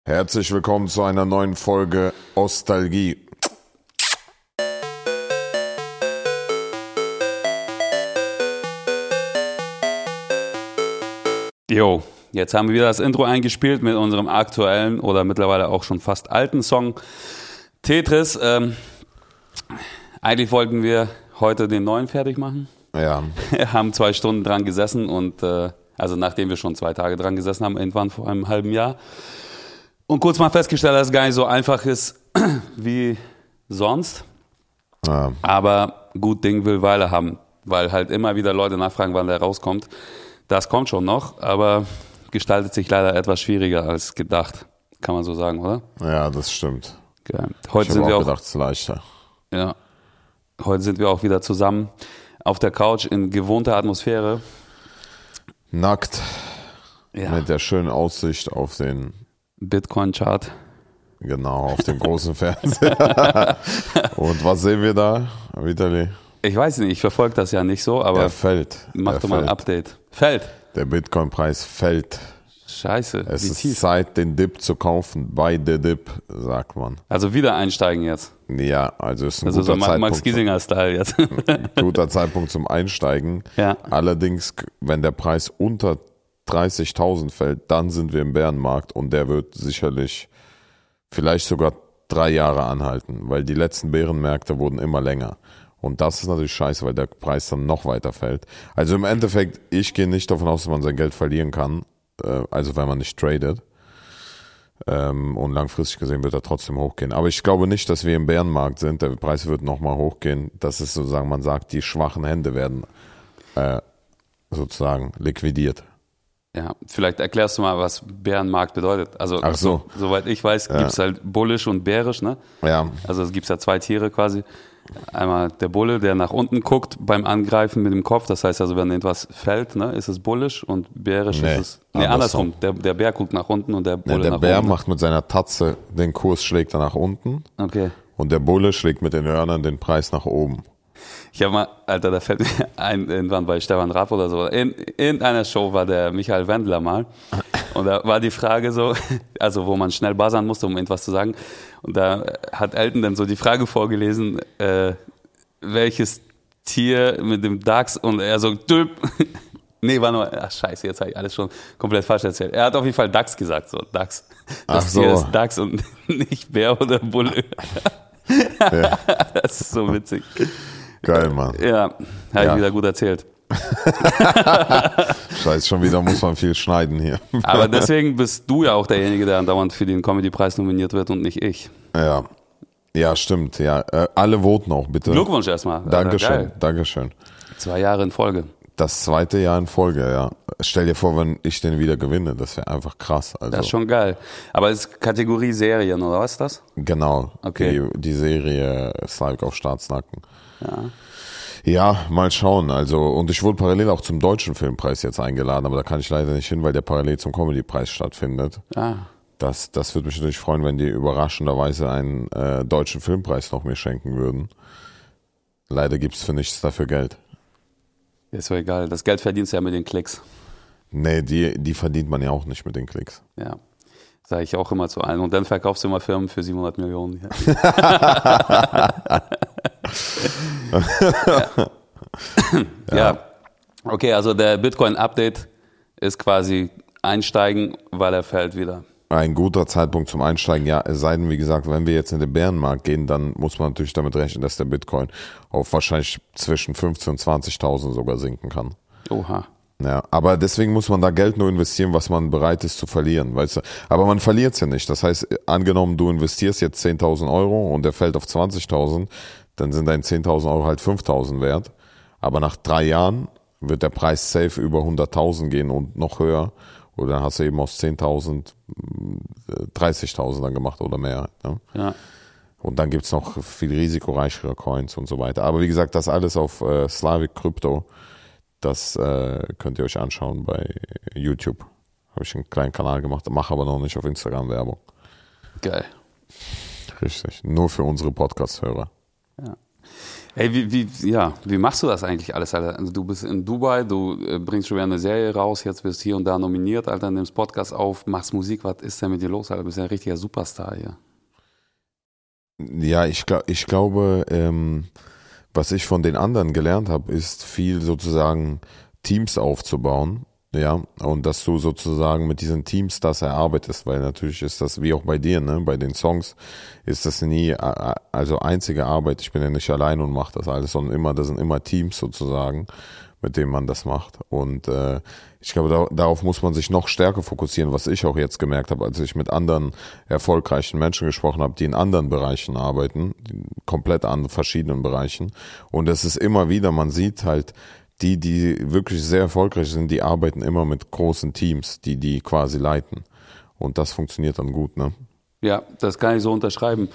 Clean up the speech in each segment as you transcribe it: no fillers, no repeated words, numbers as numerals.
Herzlich willkommen zu einer neuen Folge Ostalgie. Jo, jetzt haben wir wieder das Intro eingespielt mit unserem aktuellen oder mittlerweile auch schon fast alten Song Tetris. Eigentlich wollten wir heute den neuen fertig machen. Ja. Wir haben 2 Stunden dran gesessen und also nachdem wir schon 2 Tage dran gesessen haben, irgendwann vor einem halben Jahr. Und kurz mal festgestellt, dass es gar nicht so einfach ist wie sonst. Ja. Aber gut Ding will Weile haben, weil halt immer wieder Leute nachfragen, wann der rauskommt. Das kommt schon noch, aber gestaltet sich leider etwas schwieriger als gedacht. Kann man so sagen, oder? Ja, das stimmt. Okay. Heute Ich sind habe wir auch auch gedacht, es ist leichter. Ja. Heute sind wir auch wieder zusammen auf der Couch in gewohnter Atmosphäre. Nackt, Ja. mit der schönen Aussicht auf den, Bitcoin-Chart. genau, auf den großen Fernseher. Und was sehen wir da, Vitali? Ich weiß nicht, ich verfolge das ja nicht so, aber Er fällt. mach doch mal ein Update. Fällt. Der Bitcoin-Preis fällt. Scheiße, Es wie ist tief. Zeit, den Dip zu kaufen. Buy the Dip, sagt man. Also wieder einsteigen jetzt. Ja, also ist ein Also so guter Max Zeitpunkt. Giesinger-Style jetzt. Guter Zeitpunkt zum Einsteigen. Ja. Allerdings, wenn der Preis unter 30.000 fällt, dann sind wir im Bärenmarkt und der wird sicherlich vielleicht sogar 3 Jahre anhalten, weil die letzten Bärenmärkte wurden immer länger. Und das ist natürlich scheiße, weil der Preis dann noch weiter fällt. Also im Endeffekt, ich gehe nicht davon aus, dass man sein Geld verlieren kann, also wenn man nicht tradet. Und langfristig gesehen wird er trotzdem hochgehen. Aber ich glaube nicht, dass wir im Bärenmarkt sind. Der Preis wird nochmal hochgehen. Das ist sozusagen, man sagt, die schwachen Hände werden sozusagen liquidiert. Ja, vielleicht erklärst du mal, was Bärenmarkt bedeutet. Also, Ach so. Soweit ich weiß, gibt's halt bullisch und bärisch, ne? Ja, Also es gibt ja 2 Tiere quasi. Einmal der Bulle, der nach unten guckt beim Angreifen mit dem Kopf. Das heißt also, wenn irgendwas fällt, ne, ist es bullisch und bärisch Nee, ist es. Nee, andersrum. Der Bär guckt nach unten und der Bulle der nach Bär oben. macht mit seiner Tatze den Kurs, schlägt er nach unten Okay. und der Bulle schlägt mit den Hörnern den Preis nach oben. Ich habe mal, Alter, da fällt mir ein, irgendwann bei Stefan Raab oder so, in irgendeiner Show war der Michael Wendler mal und da war die Frage so, also wo man schnell buzzern musste, um irgendwas zu sagen und da hat Elton dann so die Frage vorgelesen, welches Tier mit dem Dachs und er so, Düpp. Nee, war nur, ach scheiße, jetzt habe ich alles schon komplett falsch erzählt. Er hat auf jeden Fall Dachs gesagt, so Dachs. Das Ach so. Tier ist Dachs und nicht Bär oder Bulle. Ja. Das ist so witzig. Geil, Mann. Ja, habe Ja. ich wieder gut erzählt. Scheiße, schon wieder muss man viel schneiden hier. Aber deswegen bist du ja auch derjenige, der andauernd für den Comedy-Preis nominiert wird und nicht ich. Ja, ja, stimmt. Ja, alle voten auch, bitte. Glückwunsch erstmal. Alter, Dankeschön, geil. Dankeschön. 2 Jahre in Folge. Das 2. Jahr in Folge, ja. Stell dir vor, wenn ich den wieder gewinne, das wäre einfach krass. Also, Das ist schon geil. Aber es ist Kategorie Serien, oder was ist das? genau, Okay. die Serie Slavik auf Staatsnacken. Ja. Ja, mal schauen. Also, und ich wurde parallel auch zum Deutschen Filmpreis jetzt eingeladen, aber da kann ich leider nicht hin, weil der parallel zum Comedy-Preis stattfindet. Ah. Das würde mich natürlich freuen, wenn die überraschenderweise einen Deutschen Filmpreis noch mir schenken würden. Leider gibt's für nichts dafür Geld. Ist doch egal. Das Geld verdienst du ja mit den Klicks. Nee, die verdient man ja auch nicht mit den Klicks. Ja. Sage ich auch immer zu allen. Und dann verkaufst du immer Firmen für 700 Millionen. Ja. Okay, also der Bitcoin-Update ist quasi einsteigen, weil er fällt wieder. Ein guter Zeitpunkt zum Einsteigen, ja, es sei denn, wie gesagt, wenn wir jetzt in den Bärenmarkt gehen, dann muss man natürlich damit rechnen, dass der Bitcoin auf wahrscheinlich zwischen 15.000 und 20.000 sogar sinken kann. Oha. Ja, aber deswegen muss man da Geld nur investieren, was man bereit ist zu verlieren, weißt du. Aber man verliert es ja nicht. Das heißt, angenommen, du investierst jetzt 10.000 Euro und der fällt auf 20.000, dann sind deine 10.000 Euro halt 5.000 wert. Aber nach 3 Jahren wird der Preis safe über 100.000 gehen und noch höher. Oder dann hast du eben aus 10.000 30.000 dann gemacht oder mehr. Ne? Ja. Und dann gibt's noch viel risikoreichere Coins und so weiter. Aber wie gesagt, das alles auf Slavik Crypto. Das könnt ihr euch anschauen bei YouTube. Habe ich einen kleinen Kanal gemacht, mache aber noch nicht auf Instagram Werbung. Geil. Richtig. Nur für unsere Podcast-Hörer. Ja. Hey, wie machst du das eigentlich alles, Alter? Also du bist in Dubai, du bringst schon wieder eine Serie raus, jetzt wirst du hier und da nominiert, Alter, nimmst Podcast auf, machst Musik, was ist denn mit dir los, Alter? Du bist ja ein richtiger Superstar hier. Ja, ich glaube, was ich von den anderen gelernt habe, ist viel sozusagen Teams aufzubauen. Ja, und dass du sozusagen mit diesen Teams das erarbeitest, weil natürlich ist das wie auch bei dir, ne, bei den Songs ist das nie, also einzige Arbeit, ich bin ja nicht allein und mache das alles, sondern das sind immer Teams sozusagen, mit denen man das macht. Und ich glaube, darauf muss man sich noch stärker fokussieren, was ich auch jetzt gemerkt habe, als ich mit anderen erfolgreichen Menschen gesprochen habe, die in anderen Bereichen arbeiten, komplett an verschiedenen Bereichen. Und es ist immer wieder, man sieht halt, die wirklich sehr erfolgreich sind, die arbeiten immer mit großen Teams, die quasi leiten. Und das funktioniert dann gut, ne? Ja, das kann ich so unterschreiben.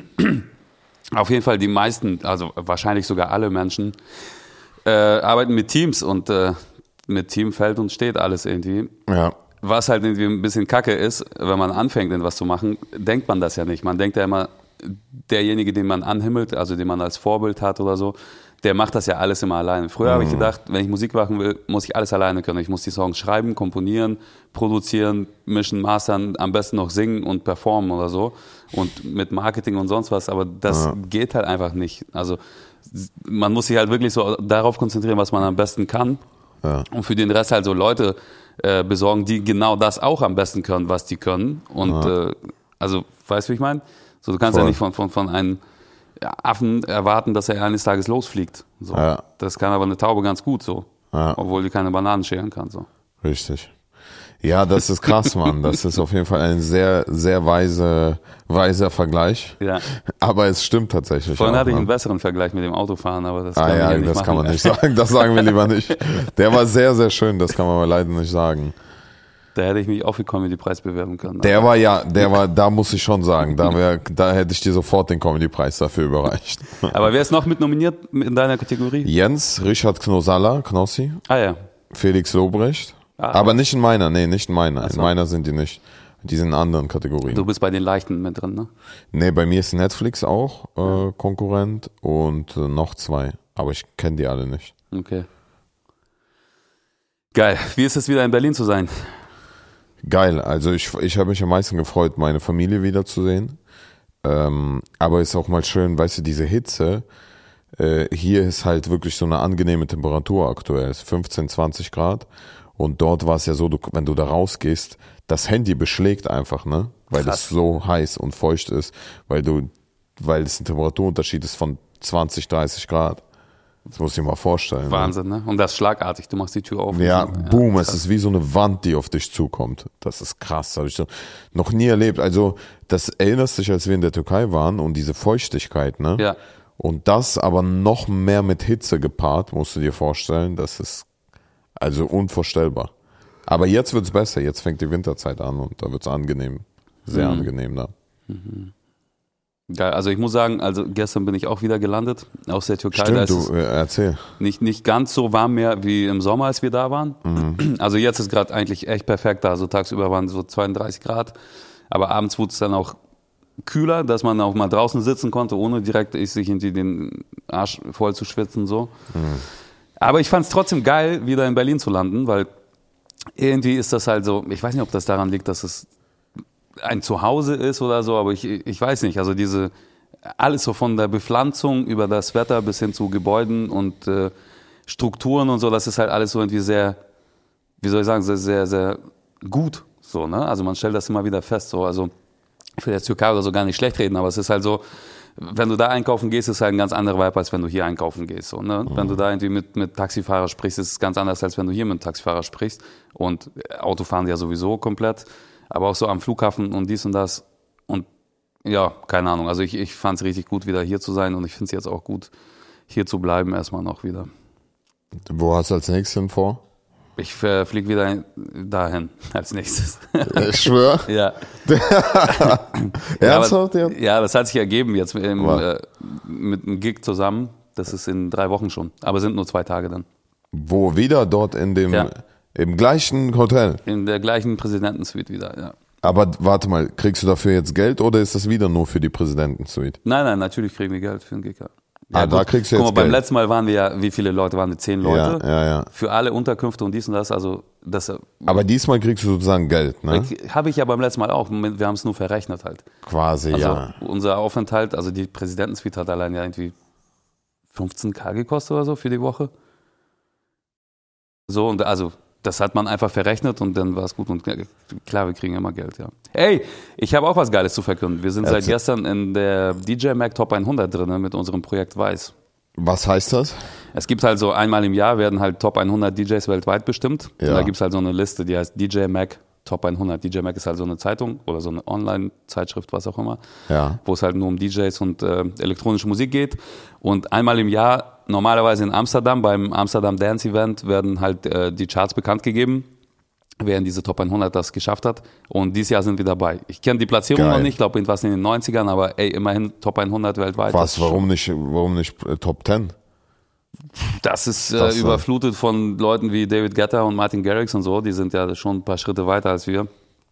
Auf jeden Fall die meisten, also wahrscheinlich sogar alle Menschen, arbeiten mit Teams und mit Team fällt und steht alles irgendwie. Ja. Was halt irgendwie ein bisschen kacke ist, wenn man anfängt, etwas zu machen, denkt man das ja nicht. Man denkt ja immer, derjenige, den man anhimmelt, also den man als Vorbild hat oder so, der macht das ja alles immer alleine. Früher habe ich gedacht, wenn ich Musik machen will, muss ich alles alleine können. Ich muss die Songs schreiben, komponieren, produzieren, mischen, mastern, am besten noch singen und performen oder so. Und mit Marketing und sonst was. Aber das geht halt einfach nicht. Also man muss sich halt wirklich so darauf konzentrieren, was man am besten kann. Ja. Und für den Rest halt so Leute besorgen, die genau das auch am besten können, was die können. Und also, weißt du, wie ich meine? So, du kannst ja nicht von einem Affen erwarten, dass er eines Tages losfliegt. So. Ja. Das kann aber eine Taube ganz gut so. Ja. Obwohl die keine Bananen schälen kann. So. Richtig. Ja, das ist krass, Mann. Das ist auf jeden Fall ein sehr, sehr weiser Vergleich. Ja. Aber es stimmt tatsächlich. Vorhin hatte ich einen besseren Vergleich mit dem Autofahren, aber das kann man nicht sagen. Das sagen wir lieber nicht. Der war sehr, sehr schön. Das kann man aber leider nicht sagen. Da hätte ich mich auch für Comedy-Preis bewerben können. Da muss ich schon sagen, da hätte ich dir sofort den Comedy-Preis dafür überreicht. Aber wer ist noch mit nominiert in deiner Kategorie? Jens, Richard Knossi. Ah ja. Felix Lobrecht. Aber nicht in meiner, nicht in meiner. In meiner sind die nicht. Die sind in anderen Kategorien. Du bist bei den Leichten mit drin, ne? Nee, bei mir ist Netflix auch Konkurrent und noch 2. Aber ich kenne die alle nicht. Okay. Geil. Wie ist es wieder in Berlin zu sein? Geil, also ich habe mich am meisten gefreut, meine Familie wiederzusehen. Aber ist auch mal schön, weißt du, diese Hitze, hier ist halt wirklich so eine angenehme Temperatur aktuell, es ist 15, 20 Grad. Und dort war es ja so, wenn du da rausgehst, das Handy beschlägt einfach, ne? Weil es so heiß und feucht ist, weil es ein Temperaturunterschied ist von 20, 30 Grad. Das muss ich mir mal vorstellen. Wahnsinn, ne? Und das schlagartig, du machst die Tür auf. Ja, boom, es ist wie so eine Wand, die auf dich zukommt. Das ist krass, habe ich noch nie erlebt. Also, das erinnerst dich, als wir in der Türkei waren und diese Feuchtigkeit, ne? Ja. Und das aber noch mehr mit Hitze gepaart, musst du dir vorstellen, das ist also unvorstellbar. Aber jetzt wird's besser, jetzt fängt die Winterzeit an und da wird's angenehm, sehr angenehm da. Geil, also ich muss sagen, also gestern bin ich auch wieder gelandet aus der Türkei. Stimmt, da ist erzähl. Nicht ganz so warm mehr wie im Sommer, als wir da waren. Also jetzt ist gerade eigentlich echt perfekt da. Also tagsüber waren so 32 Grad, aber abends wurde es dann auch kühler, dass man auch mal draußen sitzen konnte, ohne direkt sich irgendwie den Arsch voll zu schwitzen. So. Aber ich fand es trotzdem geil, wieder in Berlin zu landen, weil irgendwie ist das halt so, ich weiß nicht, ob das daran liegt, dass es ein Zuhause ist oder so, aber ich weiß nicht, also alles so von der Bepflanzung über das Wetter bis hin zu Gebäuden und Strukturen und so, das ist halt alles so irgendwie sehr, wie soll ich sagen, sehr, sehr, sehr gut, so, ne, also man stellt das immer wieder fest, so, also ich will jetzt Türkei oder so gar nicht schlecht reden, aber es ist halt so, wenn du da einkaufen gehst, ist halt ein ganz anderer Vibe, als wenn du hier einkaufen gehst, so, ne, wenn du da irgendwie mit Taxifahrer sprichst, ist es ganz anders, als wenn du hier mit Taxifahrer sprichst und Auto fahren ja sowieso komplett. Aber auch so am Flughafen und dies und das. Und ja, keine Ahnung. Also ich fand es richtig gut, wieder hier zu sein. Und ich finde es jetzt auch gut, hier zu bleiben erstmal noch wieder. Wo hast du als nächstes hin vor? Ich fliege wieder dahin als nächstes. Ich schwöre? Ja. Ernsthaft? Ja, das hat sich ergeben jetzt mit einem Gig zusammen. Das ist in 3 Wochen schon. Aber sind nur 2 Tage dann. Wo wieder? Dort in dem... Ja. Im gleichen Hotel? In der gleichen Präsidentensuite wieder, ja. Aber warte mal, kriegst du dafür jetzt Geld oder ist das wieder nur für die Präsidentensuite? Nein, natürlich kriegen wir Geld für den Gig. Ja, da kriegst du jetzt guck mal, beim Geld. letzten Mal waren wir ja, wie viele Leute waren wir? 10 Leute. Ja. Für alle Unterkünfte und dies und das, also das Aber diesmal kriegst du sozusagen Geld, ne? habe ich ja beim letzten Mal auch, wir haben es nur verrechnet halt. Quasi, Also ja. unser Aufenthalt, also die Präsidentensuite hat allein ja irgendwie 15.000 gekostet oder so für die Woche. So, und also das hat man einfach verrechnet und dann war es gut. Und klar, wir kriegen immer Geld, ja. Ey, ich habe auch was Geiles zu verkünden. Wir sind seit gestern in der DJ Mag Top 100 drin mit unserem Projekt Weiß. Was heißt das? Es gibt halt so einmal im Jahr werden halt Top 100 DJs weltweit bestimmt. Ja. Und da gibt es halt so eine Liste, die heißt DJ Mag Top 100. DJ Mag ist halt so eine Zeitung oder so eine Online-Zeitschrift, was auch immer, Ja. wo es halt nur um DJs und elektronische Musik geht. Und einmal im Jahr, normalerweise in Amsterdam, beim Amsterdam Dance Event, werden halt die Charts bekannt gegeben, wer in diese Top 100 das geschafft hat. Und dieses Jahr sind wir dabei. Ich kenne die Platzierung Geil. noch nicht, glaube irgendwas in den 90ern, aber ey, immerhin Top 100 weltweit. Was, warum nicht Top 10? Das ist Das, überflutet von Leuten wie David Guetta und Martin Garrix und so. Die sind ja schon ein paar Schritte weiter als wir.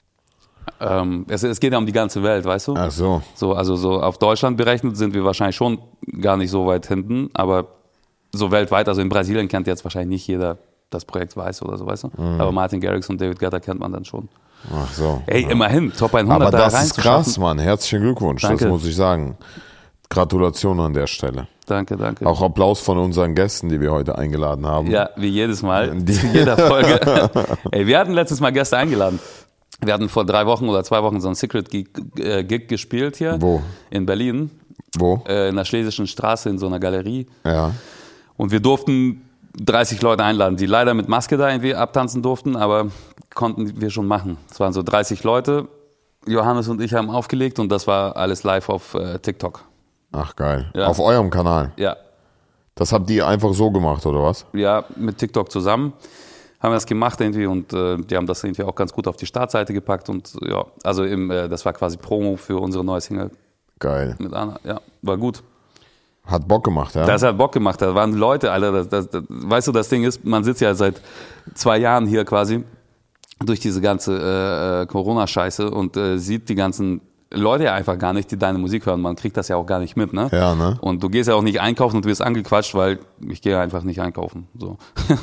Es geht ja um die ganze Welt, weißt du? Ach so. Also so auf Deutschland berechnet sind wir wahrscheinlich schon gar nicht so weit hinten, aber so weltweit, also in Brasilien kennt jetzt wahrscheinlich nicht jeder das Projekt Weiß oder so, weißt du? Aber Martin Garrix und David Guetta kennt man dann schon. Ach so. Ey, immerhin, Top 100 Aber da das ist krass, Mann. Herzlichen Glückwunsch, Danke. das muss ich sagen. Gratulation an der Stelle. Danke. Auch Applaus von unseren Gästen, die wir heute eingeladen haben. Ja, wie jedes Mal, zu jeder Folge. Ey, wir hatten letztens mal Gäste eingeladen. Wir hatten vor 3 Wochen oder 2 Wochen so ein Secret-Gig gespielt hier. Wo? In Berlin. Wo? In der Schlesischen Straße in so einer Galerie. Ja. Und wir durften 30 Leute einladen, die leider mit Maske da irgendwie abtanzen durften, aber konnten wir schon machen. Es waren so 30 Leute. Johannes und ich haben aufgelegt und das war alles live auf TikTok. Ach, geil. Ja. Auf eurem Kanal. Ja, Das habt ihr einfach so gemacht, oder was? ja, mit TikTok zusammen haben wir das gemacht irgendwie und die haben das irgendwie auch ganz gut auf die Startseite gepackt und ja, also das war quasi Promo für unsere neue Single Geil. mit Anna. Ja, war gut. Hat Bock gemacht, ja? Das hat Bock gemacht. Da waren Leute, Alter, weißt du, das Ding ist, man sitzt ja seit 2 Jahren hier quasi durch diese ganze Corona-Scheiße und sieht die ganzen Leute ja einfach gar nicht, die deine Musik hören. Man kriegt das ja auch gar nicht mit, ne? Ja, ne? Und du gehst ja auch nicht einkaufen und wirst angequatscht, weil ich gehe einfach nicht einkaufen. So.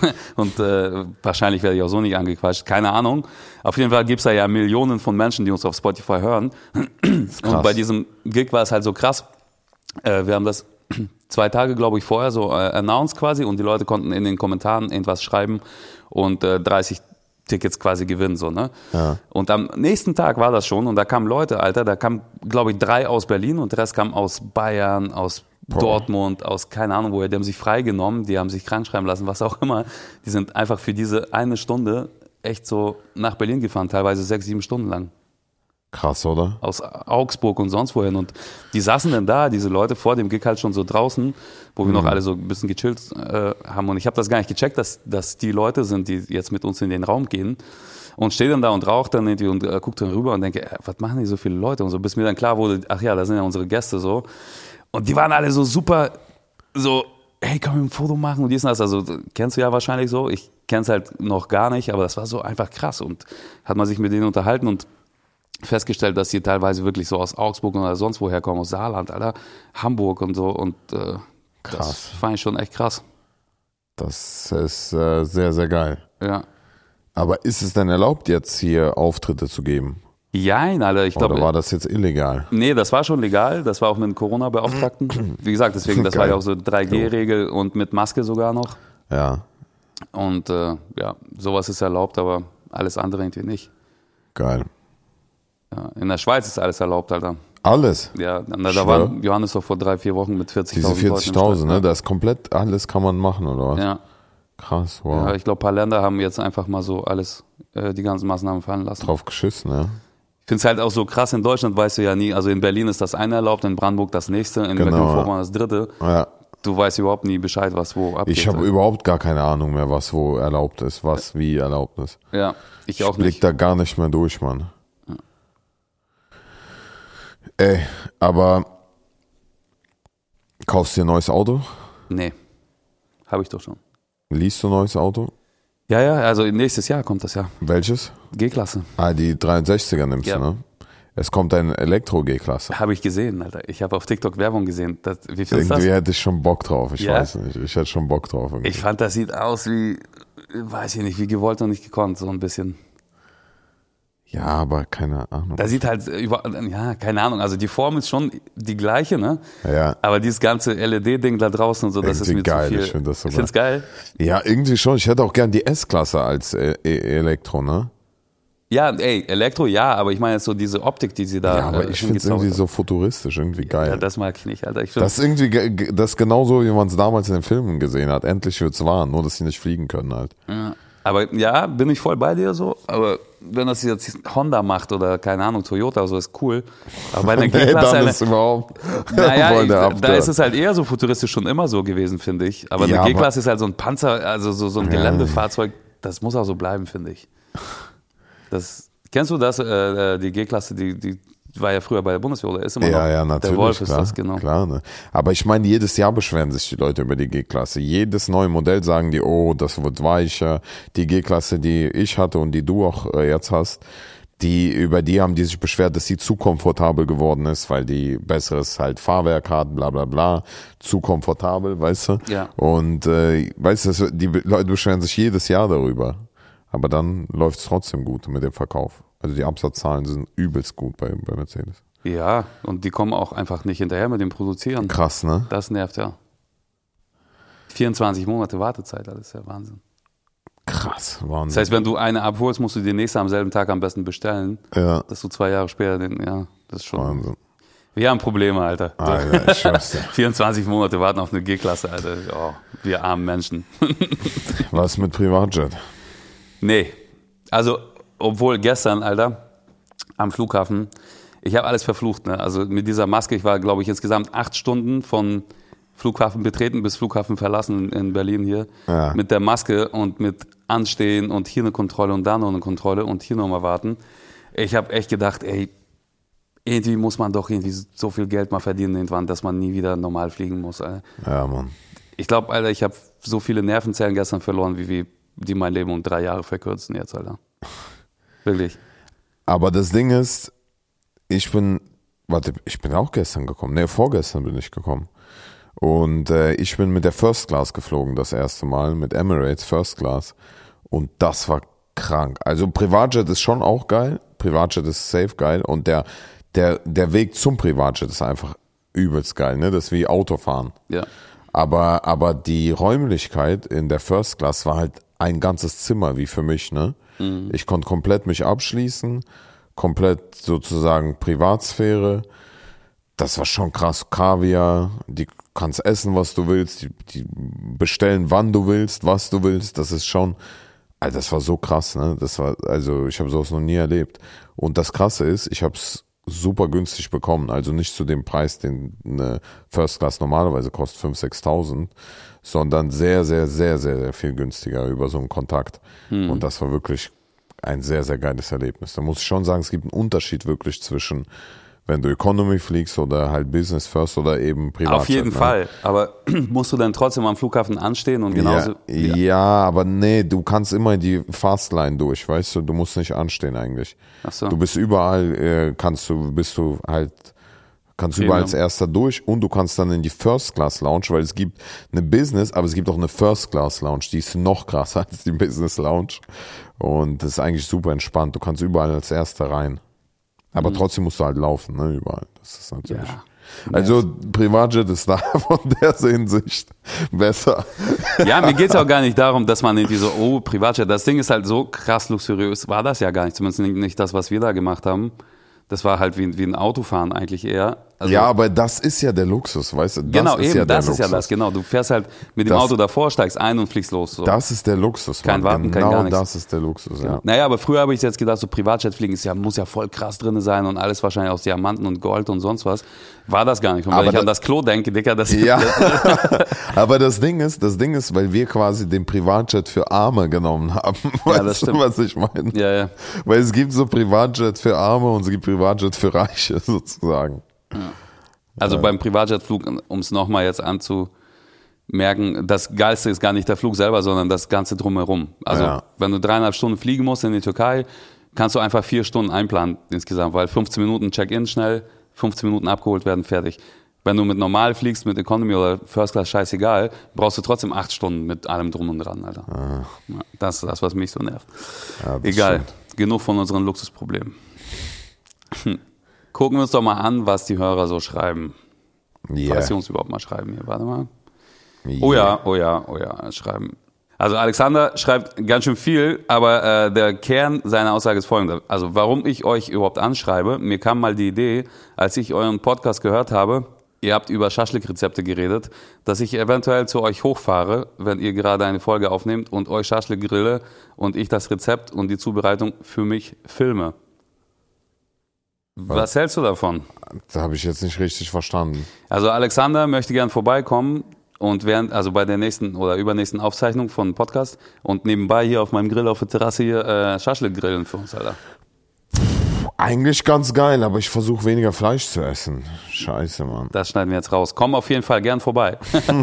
Und wahrscheinlich werde ich auch so nicht angequatscht. Keine Ahnung. Auf jeden Fall gibt's da ja Millionen von Menschen, die uns auf Spotify hören. Und bei diesem Gig war es halt so krass. Wir haben das 2 Tage, glaube ich, vorher so announced quasi und die Leute konnten in den Kommentaren irgendwas schreiben und 30 Tickets quasi gewinnen, so, ne? Ja. Und am nächsten Tag war das schon und da kamen Leute, Alter, da kamen, glaube ich, 3 aus Berlin und der Rest kam aus Bayern, aus Dortmund, aus keine Ahnung woher, die haben sich freigenommen, die haben sich krank schreiben lassen, was auch immer. Die sind einfach für diese 1 Stunde echt so nach Berlin gefahren, teilweise 6, 7 Stunden lang. Krass, oder? Aus Augsburg und sonst wohin. Und die saßen dann da, diese Leute vor dem Gig halt schon so draußen, wo wir noch alle so ein bisschen gechillt haben. Und ich habe das gar nicht gecheckt, dass die Leute sind, die jetzt mit uns in den Raum gehen. Und stehe dann da und rauche dann irgendwie und gucke dann rüber und denke, was machen die so viele Leute? Und so, bis mir dann klar wurde, ach ja, da sind ja unsere Gäste so. Und die waren alle so super, so, hey, können wir ein Foto machen und dies und das. Also kennst du ja wahrscheinlich so. Ich kenn's halt noch gar nicht, aber das war so einfach krass. Und hat man sich mit denen unterhalten und festgestellt, dass die teilweise wirklich so aus Augsburg oder sonst woher kommen, aus Saarland, Alter, Hamburg und so. Und das fand ich schon echt krass. Das ist sehr, sehr geil. Ja. Aber ist es denn erlaubt, jetzt hier Auftritte zu geben? Jein, Alter, ich glaube. Oder war das jetzt illegal? Nee, das war schon legal. Das war auch mit einem Corona-Beauftragten. Wie gesagt, deswegen, das war ja auch so 3G-Regel und mit Maske sogar noch. Ja. Und ja, sowas ist erlaubt, aber alles andere irgendwie nicht. Geil. Ja, in der Schweiz ist alles erlaubt, Alter. Alles? Ja, da war Johannes doch vor 3-4 Wochen mit 40.000 Diese 40.000, ne? Das ist komplett, alles kann man machen, oder was? Ja. Krass, wow. Ja, ich glaube, ein paar Länder haben jetzt einfach mal so alles, die ganzen Maßnahmen fallen lassen. Drauf geschissen, ja. Ich finde es halt auch so krass, in Deutschland weißt du ja nie, also in Berlin ist das eine erlaubt, in Brandenburg das nächste, in Mecklenburg-Vorpommern das dritte. Ja. Du weißt überhaupt nie Bescheid, was wo abgeht. Ich habe überhaupt gar keine Ahnung mehr, was wo erlaubt ist, was wie erlaubt ist. Ja, ich auch blick nicht. da gar nicht mehr durch, Mann. Ey, aber kaufst du dir ein neues Auto? Nee, habe ich doch schon. Liest du ein neues Auto? Ja, also nächstes Jahr kommt das ja. Welches? G-Klasse. Ah, die 63er nimmst Ja. du, ne? Es kommt ein Elektro-G-Klasse. Habe ich gesehen, Alter. Ich habe auf TikTok Werbung gesehen. Wie viel ist das? Irgendwie hätte ich schon Bock drauf, ich Ja? weiß nicht. Ich hätte schon Bock drauf. Irgendwie. Ich fand, das sieht aus wie, weiß ich nicht, wie gewollt und nicht gekonnt, so ein bisschen. Ja, aber keine Ahnung. Da sieht halt ja, keine Ahnung, also die Form ist schon die gleiche, ne? Ja. Aber dieses ganze LED-Ding da draußen und so, das ist Irgendwie mir geil, zu viel. ich finde das sogar. Ich find's geil. Ja, irgendwie schon. Ich hätte auch gern die S-Klasse als Elektro, ne? Ja, ey, Elektro, ja, aber ich meine jetzt so diese Optik, die sie da Ja, aber ich finde es irgendwie so futuristisch, irgendwie geil. Ja, das mag ich nicht, Alter. Ich das ist irgendwie, das ist genauso, wie man es damals in den Filmen gesehen hat. Endlich wird's wahr, nur dass sie nicht fliegen können halt. Ja. Aber ja, bin ich voll bei dir so, aber wenn das jetzt Honda macht oder keine Ahnung, Toyota, so ist cool. Aber bei der G-Klasse, dann ist überhaupt naja, da ist es halt eher so futuristisch schon immer so gewesen, finde ich. Aber Ja, eine G-Klasse ist halt so ein Panzer, also so ein Geländefahrzeug, das muss auch so bleiben, finde ich. Kennst du das, die G-Klasse, die war ja früher bei der Bundeswehr oder ist immer noch? Ja, natürlich. Der Wolf klar, ist das, genau. Klar, ne? Aber ich meine, jedes Jahr beschweren sich die Leute über die G-Klasse. Jedes neue Modell sagen die, oh, das wird weicher. Die G-Klasse, die ich hatte und die du auch jetzt hast, über die haben die sich beschwert, dass sie zu komfortabel geworden ist, weil die besseres halt Fahrwerk hat, bla bla bla. Zu komfortabel, weißt du? Ja. Und weißt du, die Leute beschweren sich jedes Jahr darüber. Aber dann läuft es trotzdem gut mit dem Verkauf. Also die Absatzzahlen sind übelst gut bei Mercedes. Ja, und die kommen auch einfach nicht hinterher mit dem Produzieren. Krass, ne? Das nervt ja. 24 Monate Wartezeit, das ist ja Wahnsinn. Krass, Wahnsinn. Das heißt, wenn du eine abholst, musst du die nächste am selben Tag am besten bestellen. Ja. Dass du 2 Jahre später das ist schon. Wahnsinn. Wir haben Probleme, Alter. Alter, ich schwör's dir. 24 Monate warten auf eine G-Klasse, Alter. Oh, wir armen Menschen. Was mit Privatjet? Nee. Also, obwohl gestern, Alter, am Flughafen, ich habe alles verflucht, ne? Also mit dieser Maske, ich war, glaube ich, insgesamt 8 Stunden von Flughafen betreten bis Flughafen verlassen in Berlin hier. Ja. Mit der Maske und mit Anstehen und hier eine Kontrolle und da noch eine Kontrolle und hier nochmal warten. Ich habe echt gedacht, ey, irgendwie muss man doch irgendwie so viel Geld mal verdienen irgendwann, dass man nie wieder normal fliegen muss, Alter. Ja, Mann. Ich glaube, Alter, ich habe so viele Nervenzellen gestern verloren, wie die mein Leben um 3 Jahre verkürzen jetzt, Alter. Wirklich. Aber das Ding ist, ich bin auch gestern gekommen. Nee, vorgestern bin ich gekommen. Und ich bin mit der First Class geflogen das erste Mal, mit Emirates First Class. Und das war krank. Also Privatjet ist schon auch geil. Privatjet ist safe geil. Und der Weg zum Privatjet ist einfach übelst geil, ne? Das ist wie Autofahren. Ja. Aber die Räumlichkeit in der First Class war halt ein ganzes Zimmer, wie für mich, ne? Mhm. Ich konnte komplett mich abschließen, komplett sozusagen Privatsphäre. Das war schon krass. Kaviar, die kannst essen, was du willst, die bestellen, wann du willst, was du willst. Das ist schon, also das war so krass, ne? Ich habe sowas noch nie erlebt. Und das Krasse ist, ich habe es super günstig bekommen, also nicht zu dem Preis, den eine First Class normalerweise kostet, 5.000, 6.000, sondern sehr, sehr, sehr, sehr, sehr viel günstiger über so einen Kontakt. Und das war wirklich ein sehr, sehr geiles Erlebnis. Da muss ich schon sagen, es gibt einen Unterschied wirklich zwischen, wenn du Economy fliegst oder halt Business First oder eben Privatjet. Auf jeden Fall. Aber musst du dann trotzdem am Flughafen anstehen und genauso? Ja, aber nee, du kannst immer in die Fastline durch, weißt du? Du musst nicht anstehen eigentlich. Ach so. Du bist überall, kannst du überall als Erster durch und du kannst dann in die First Class Lounge, weil es gibt eine Business, aber es gibt auch eine First Class Lounge, die ist noch krasser als die Business Lounge und das ist eigentlich super entspannt. Du kannst überall als Erster rein. Aber trotzdem musst du halt laufen, ne, überall. Das ist natürlich. Ja. Also Privatjet ist da von der Hinsicht besser. Ja, mir geht's auch gar nicht darum, dass man irgendwie so, oh, Privatjet, das Ding ist halt so krass luxuriös, war das ja gar nicht, zumindest nicht das, was wir da gemacht haben. Das war halt wie ein Autofahren eigentlich eher. Also, ja, aber das ist ja der Luxus, weißt du? Das genau, ist eben, ja der das ist Luxus. ja das, genau. Du fährst halt mit dem Auto davor, steigst ein und fliegst los. So. Das ist der Luxus, Kein Mann. Warten, genau kein gar nichts. Das ist der Luxus, ja. Naja, aber früher habe ich jetzt gedacht, so Privatjet fliegen muss ja voll krass drin sein und alles wahrscheinlich aus Diamanten und Gold und sonst was. War das gar nicht. Und wenn ich an das Klo denke, Dicker, das ja. Aber das Ding ist, weil wir quasi den Privatjet für Arme genommen haben. Ja, Weißt du, was ich meine? Ja, ja. Weil es gibt so Privatjet für Arme und es gibt Privatjet für Reiche sozusagen. Ja. Also beim Privatjetflug, um es nochmal jetzt anzumerken, das Geilste ist gar nicht der Flug selber, sondern das Ganze drumherum. Also wenn du 3,5 Stunden fliegen musst in die Türkei, kannst du einfach 4 Stunden einplanen insgesamt, weil 15 Minuten Check-in schnell, 15 Minuten abgeholt werden, fertig. Wenn du mit normal fliegst, mit Economy oder First Class, scheißegal, brauchst du trotzdem 8 Stunden mit allem drum und dran, Alter. Ja, das ist das, was mich so nervt. Ja, Egal, genug von unseren Luxusproblemen. Gucken wir uns doch mal an, was die Hörer so schreiben. Yeah. Falls sie uns überhaupt mal schreiben hier, warte mal. Yeah. Oh ja, schreiben. Also Alexander schreibt ganz schön viel, aber der Kern seiner Aussage ist folgender. Also warum ich euch überhaupt anschreibe, mir kam mal die Idee, als ich euren Podcast gehört habe, ihr habt über Schaschlik-Rezepte geredet, dass ich eventuell zu euch hochfahre, wenn ihr gerade eine Folge aufnehmt und euch Schaschlik grille und ich das Rezept und die Zubereitung für mich filme. Was hältst du davon? Das habe ich jetzt nicht richtig verstanden. Also Alexander möchte gern vorbeikommen und also bei der nächsten oder übernächsten Aufzeichnung von Podcast und nebenbei hier auf meinem Grill auf der Terrasse hier Schaschlik grillen für uns, Alter. Eigentlich ganz geil, aber ich versuche weniger Fleisch zu essen. Scheiße, Mann. Das schneiden wir jetzt raus. Komm auf jeden Fall gern vorbei.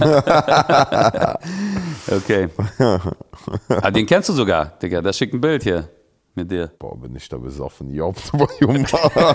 Okay. Ah, den kennst du sogar, Digga. Der schickt ein Bild hier mit dir. Boah, bin ich da besoffen. Jopp, Junge.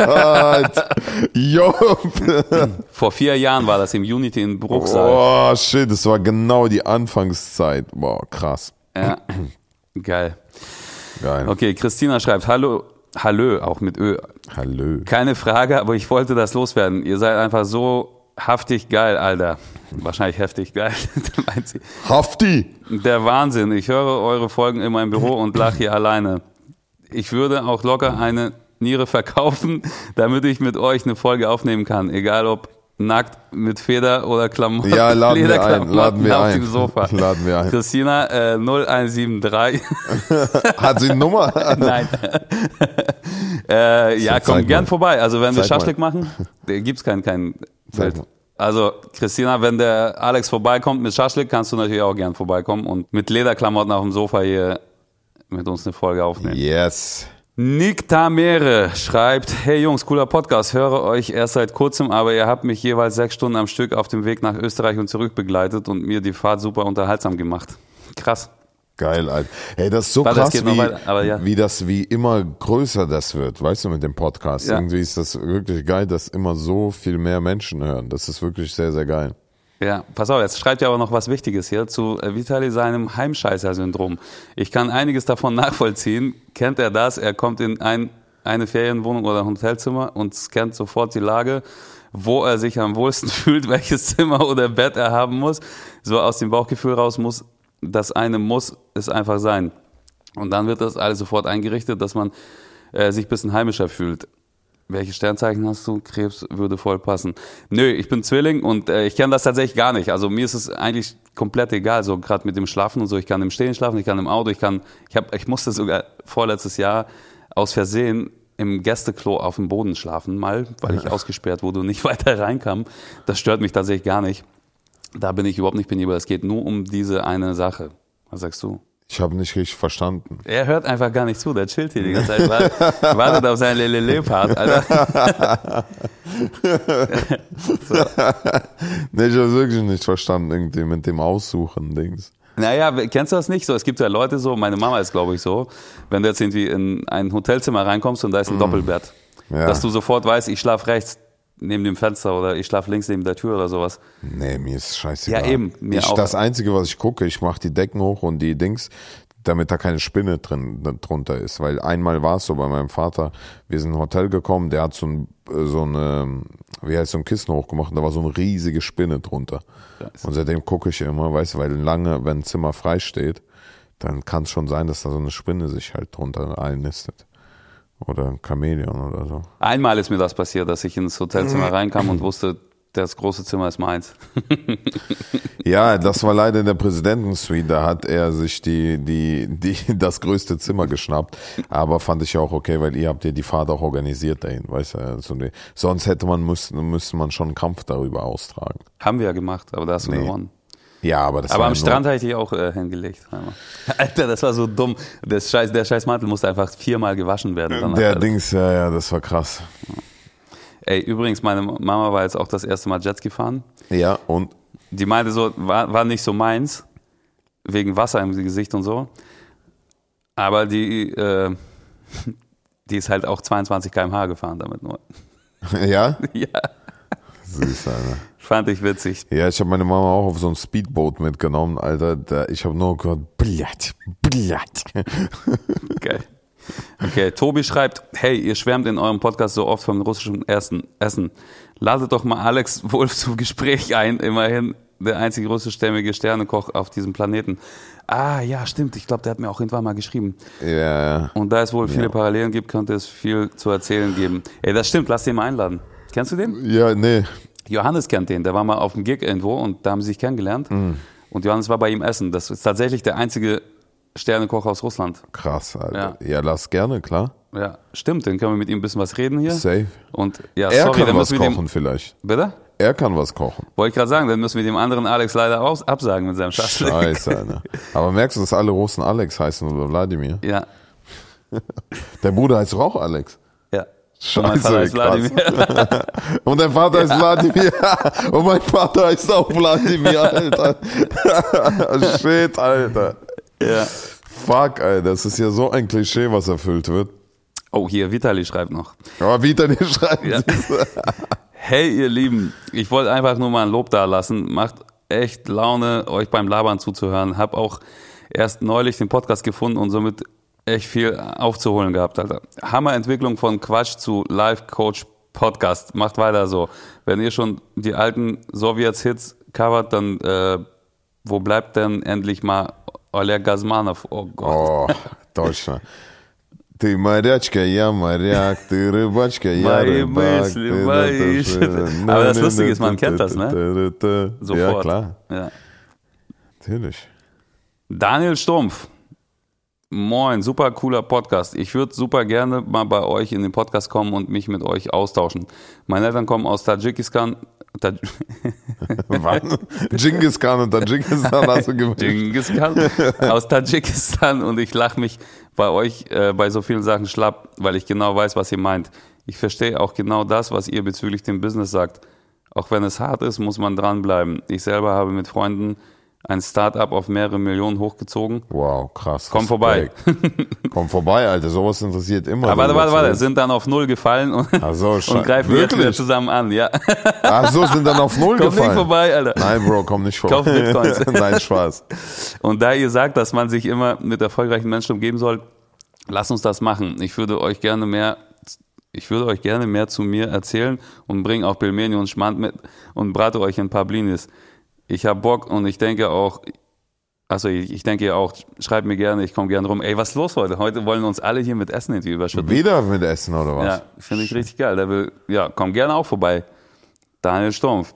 Jopp. Vor 4 Jahren war das im Unity in Bruchsal. Oh, shit, das war genau die Anfangszeit. Boah, krass. Ja, geil. Geil. Okay, Christina schreibt, hallo, auch mit Ö. Hallo. Keine Frage, aber ich wollte das loswerden. Ihr seid einfach so haftig geil, Alter. Wahrscheinlich heftig geil, meint sie. Hafti. Der Wahnsinn. Ich höre eure Folgen in meinem Büro und lache hier alleine. Ich würde auch locker eine Niere verkaufen, damit ich mit euch eine Folge aufnehmen kann. Egal ob nackt, mit Feder oder Klamotten. Ja, laden wir auf ein. dem Sofa. Laden wir ein. Christina 0173. Hat sie eine Nummer? Nein. Ja, komm gern vorbei. Also wenn wir Schaschlik machen, gibt's kein Feld. Also Christina, wenn der Alex vorbeikommt mit Schaschlik, kannst du natürlich auch gern vorbeikommen und mit Lederklamotten auf dem Sofa hier mit uns eine Folge aufnehmen. Yes. Nick Tamere schreibt, hey Jungs, cooler Podcast, höre euch erst seit kurzem, aber ihr habt mich jeweils 6 Stunden am Stück auf dem Weg nach Österreich und zurück begleitet und mir die Fahrt super unterhaltsam gemacht. Krass. Geil, Alter. Hey, das ist so krass, wie immer größer das wird, weißt du, mit dem Podcast. Ja. Irgendwie ist das wirklich geil, dass immer so viel mehr Menschen hören. Das ist wirklich sehr, sehr geil. Ja, pass auf, jetzt schreibt ja aber noch was Wichtiges hier zu Vitali seinem Heimscheißer-Syndrom. Ich kann einiges davon nachvollziehen. Kennt er das? Er kommt in eine Ferienwohnung oder ein Hotelzimmer und scannt sofort die Lage, wo er sich am wohlsten fühlt, welches Zimmer oder Bett er haben muss. So aus dem Bauchgefühl raus muss, das eine muss es einfach sein. Und dann wird das alles sofort eingerichtet, dass man sich ein bisschen heimischer fühlt. Welche Sternzeichen hast du? Krebs würde voll passen. Nö, ich bin Zwilling und ich kenne das tatsächlich gar nicht. Also mir ist es eigentlich komplett egal, so gerade mit dem Schlafen und so. Ich kann im Stehen schlafen, ich kann im Auto, ich musste sogar vorletztes Jahr aus Versehen im Gästeklo auf dem Boden schlafen mal, weil ich ausgesperrt wurde und nicht weiter reinkam. Das stört mich tatsächlich gar nicht. Da bin ich überhaupt nicht penibel. Es geht nur um diese eine Sache. Was sagst du? Ich habe nicht richtig verstanden. Er hört einfach gar nicht zu, der chillt hier die ganze Zeit, wartet auf seinen Lelele-Part, Alter. So. Nee, ich habe wirklich nicht verstanden, irgendwie mit dem Aussuchen, Dings. Naja, kennst du das nicht so? Es gibt ja Leute so, meine Mama ist glaube ich so, wenn du jetzt irgendwie in ein Hotelzimmer reinkommst und da ist ein Doppelbett, dass du sofort weißt, ich schlafe rechts neben dem Fenster oder ich schlafe links neben der Tür oder sowas. Nee, mir ist scheißegal. Ja, eben. Mir auch. Das Einzige, was ich gucke, ich mache die Decken hoch und die Dings, damit da keine Spinne drunter ist. Weil einmal war es so bei meinem Vater, wir sind in ein Hotel gekommen, der hat so ein Kissen hochgemacht und da war so eine riesige Spinne drunter. Scheiße. Und seitdem gucke ich immer, weißt du, weil lange, wenn ein Zimmer frei steht, dann kann es schon sein, dass da so eine Spinne sich halt drunter einnistet. Oder ein Chamäleon oder so. Einmal ist mir das passiert, dass ich ins Hotelzimmer reinkam und wusste, das große Zimmer ist meins. Ja, das war leider in der Präsidentensuite. Da hat er sich das größte Zimmer geschnappt. Aber fand ich auch okay, weil ihr habt ja die Fahrt auch organisiert dahin, weißt du. Also sonst müsste man schon einen Kampf darüber austragen. Haben wir ja gemacht, aber da hast du gewonnen. Ja, aber am Strand habe ich dich auch hingelegt. Alter, das war so dumm. Der scheiß Mantel musste einfach 4-mal gewaschen werden. Das war krass. Ey, übrigens, meine Mama war jetzt auch das erste Mal Jetski fahren. Ja, und? Die meinte so, war nicht so meins, wegen Wasser im Gesicht und so. Aber die Die ist halt auch 22 km/h gefahren damit nur. Ja? Ja. Süß, Alter. Fand ich witzig. Ja, ich habe meine Mama auch auf so ein Speedboat mitgenommen, Alter. Ich habe nur gehört, blatt. Geil. Okay, Tobi schreibt, hey, ihr schwärmt in eurem Podcast so oft vom russischen Essen. Ladet doch mal Alex Wolf zum Gespräch ein, immerhin der einzige russischstämmige Sternekoch auf diesem Planeten. Ah, ja, stimmt, ich glaube, der hat mir auch irgendwann mal geschrieben. Ja. Und da es wohl viele Parallelen gibt, könnte es viel zu erzählen geben. Ey, das stimmt, lass den mal einladen. Kennst du den? Ja, nee. Johannes kennt den, der war mal auf dem Gig irgendwo und da haben sie sich kennengelernt. Und Johannes war bei ihm essen. Das ist tatsächlich der einzige Sternekoch aus Russland. Krass, Alter. Ja, lass gerne, klar. Ja, stimmt, dann können wir mit ihm ein bisschen was reden hier. Safe. Und ja, Er sorry, dann kann was müssen wir kochen dem, vielleicht. bitte? Er kann was kochen. Wollte ich gerade sagen, dann müssen wir dem anderen Alex leider absagen mit seinem Schaschlik. Scheiße, Alter. Aber merkst du, dass alle Russen Alex heißen oder Wladimir? Ja, Der Bruder heißt doch auch Alex. ja. Scheiße, Und mein Vater heißt krass. Wladimir. Und dein Vater ist Wladimir. Und mein Vater heißt auch Wladimir, Alter. Shit, Alter. Ja. Fuck, Alter. Das ist ja so ein Klischee, was erfüllt wird. Oh, hier, Vitali schreibt noch. Aber wie der schreibt. Ja. Hey, ihr Lieben, ich wollte einfach nur mal ein Lob da lassen. Macht echt Laune, euch beim Labern zuzuhören. Hab auch erst neulich den Podcast gefunden und somit echt viel aufzuholen gehabt, Alter. Hammerentwicklung von Quatsch zu Live-Coach-Podcast. Macht weiter so. Wenn ihr schon die alten Sowjets-Hits covert, dann wo bleibt denn endlich mal Oleg Gazmanov? Oh Gott. Oh, Deutschland. Ты морячка, я моряк, ты рыбачка, я Мои рыбак. мысли, мои Schritte. Aber das Lustige ist, man kennt das, ne? Sofort. Ja, klar. Ja. Natürlich. Daniel Stumpf. Moin, super cooler Podcast. Ich würde super gerne mal bei euch in den Podcast kommen und mich mit euch austauschen. Meine Eltern kommen aus Tadschikistan. Wann? Genghis Khan und Tadschikistan hast du gemischt. Genghis Khan aus Tadschikistan und ich lache mich bei euch bei so vielen Sachen schlapp, weil ich genau weiß, was ihr meint. Ich verstehe auch genau das, was ihr bezüglich dem Business sagt. Auch wenn es hart ist, muss man dranbleiben. Ich selber habe mit Freunden ein Start-up auf mehrere Millionen hochgezogen. Wow, krass. Komm vorbei. Komm vorbei, Alter. Sowas interessiert immer. Aber warte, sind dann auf 0 gefallen und, so, und greifen jetzt wieder zusammen an, ja. Ach so, sind dann auf 0 Komm gefallen. nicht vorbei, Alter. Nein, Bro, komm nicht vorbei. Kauf Bitcoins. Nein, Spaß. Und da ihr sagt, dass man sich immer mit erfolgreichen Menschen umgeben soll, lasst uns das machen. Ich würde euch gerne mehr zu mir erzählen und bringe auch Pelmeni und Schmand mit und brate euch ein paar Blinis. Ich habe Bock und ich denke auch, ich denke ihr auch, schreibt mir gerne, ich komme gerne rum. Ey, was ist los heute? Heute wollen uns alle hier mit Essen irgendwie überschütten. Wieder mit Essen oder was? Ja, finde ich richtig geil. Komm gerne auch vorbei. Daniel Stumpf.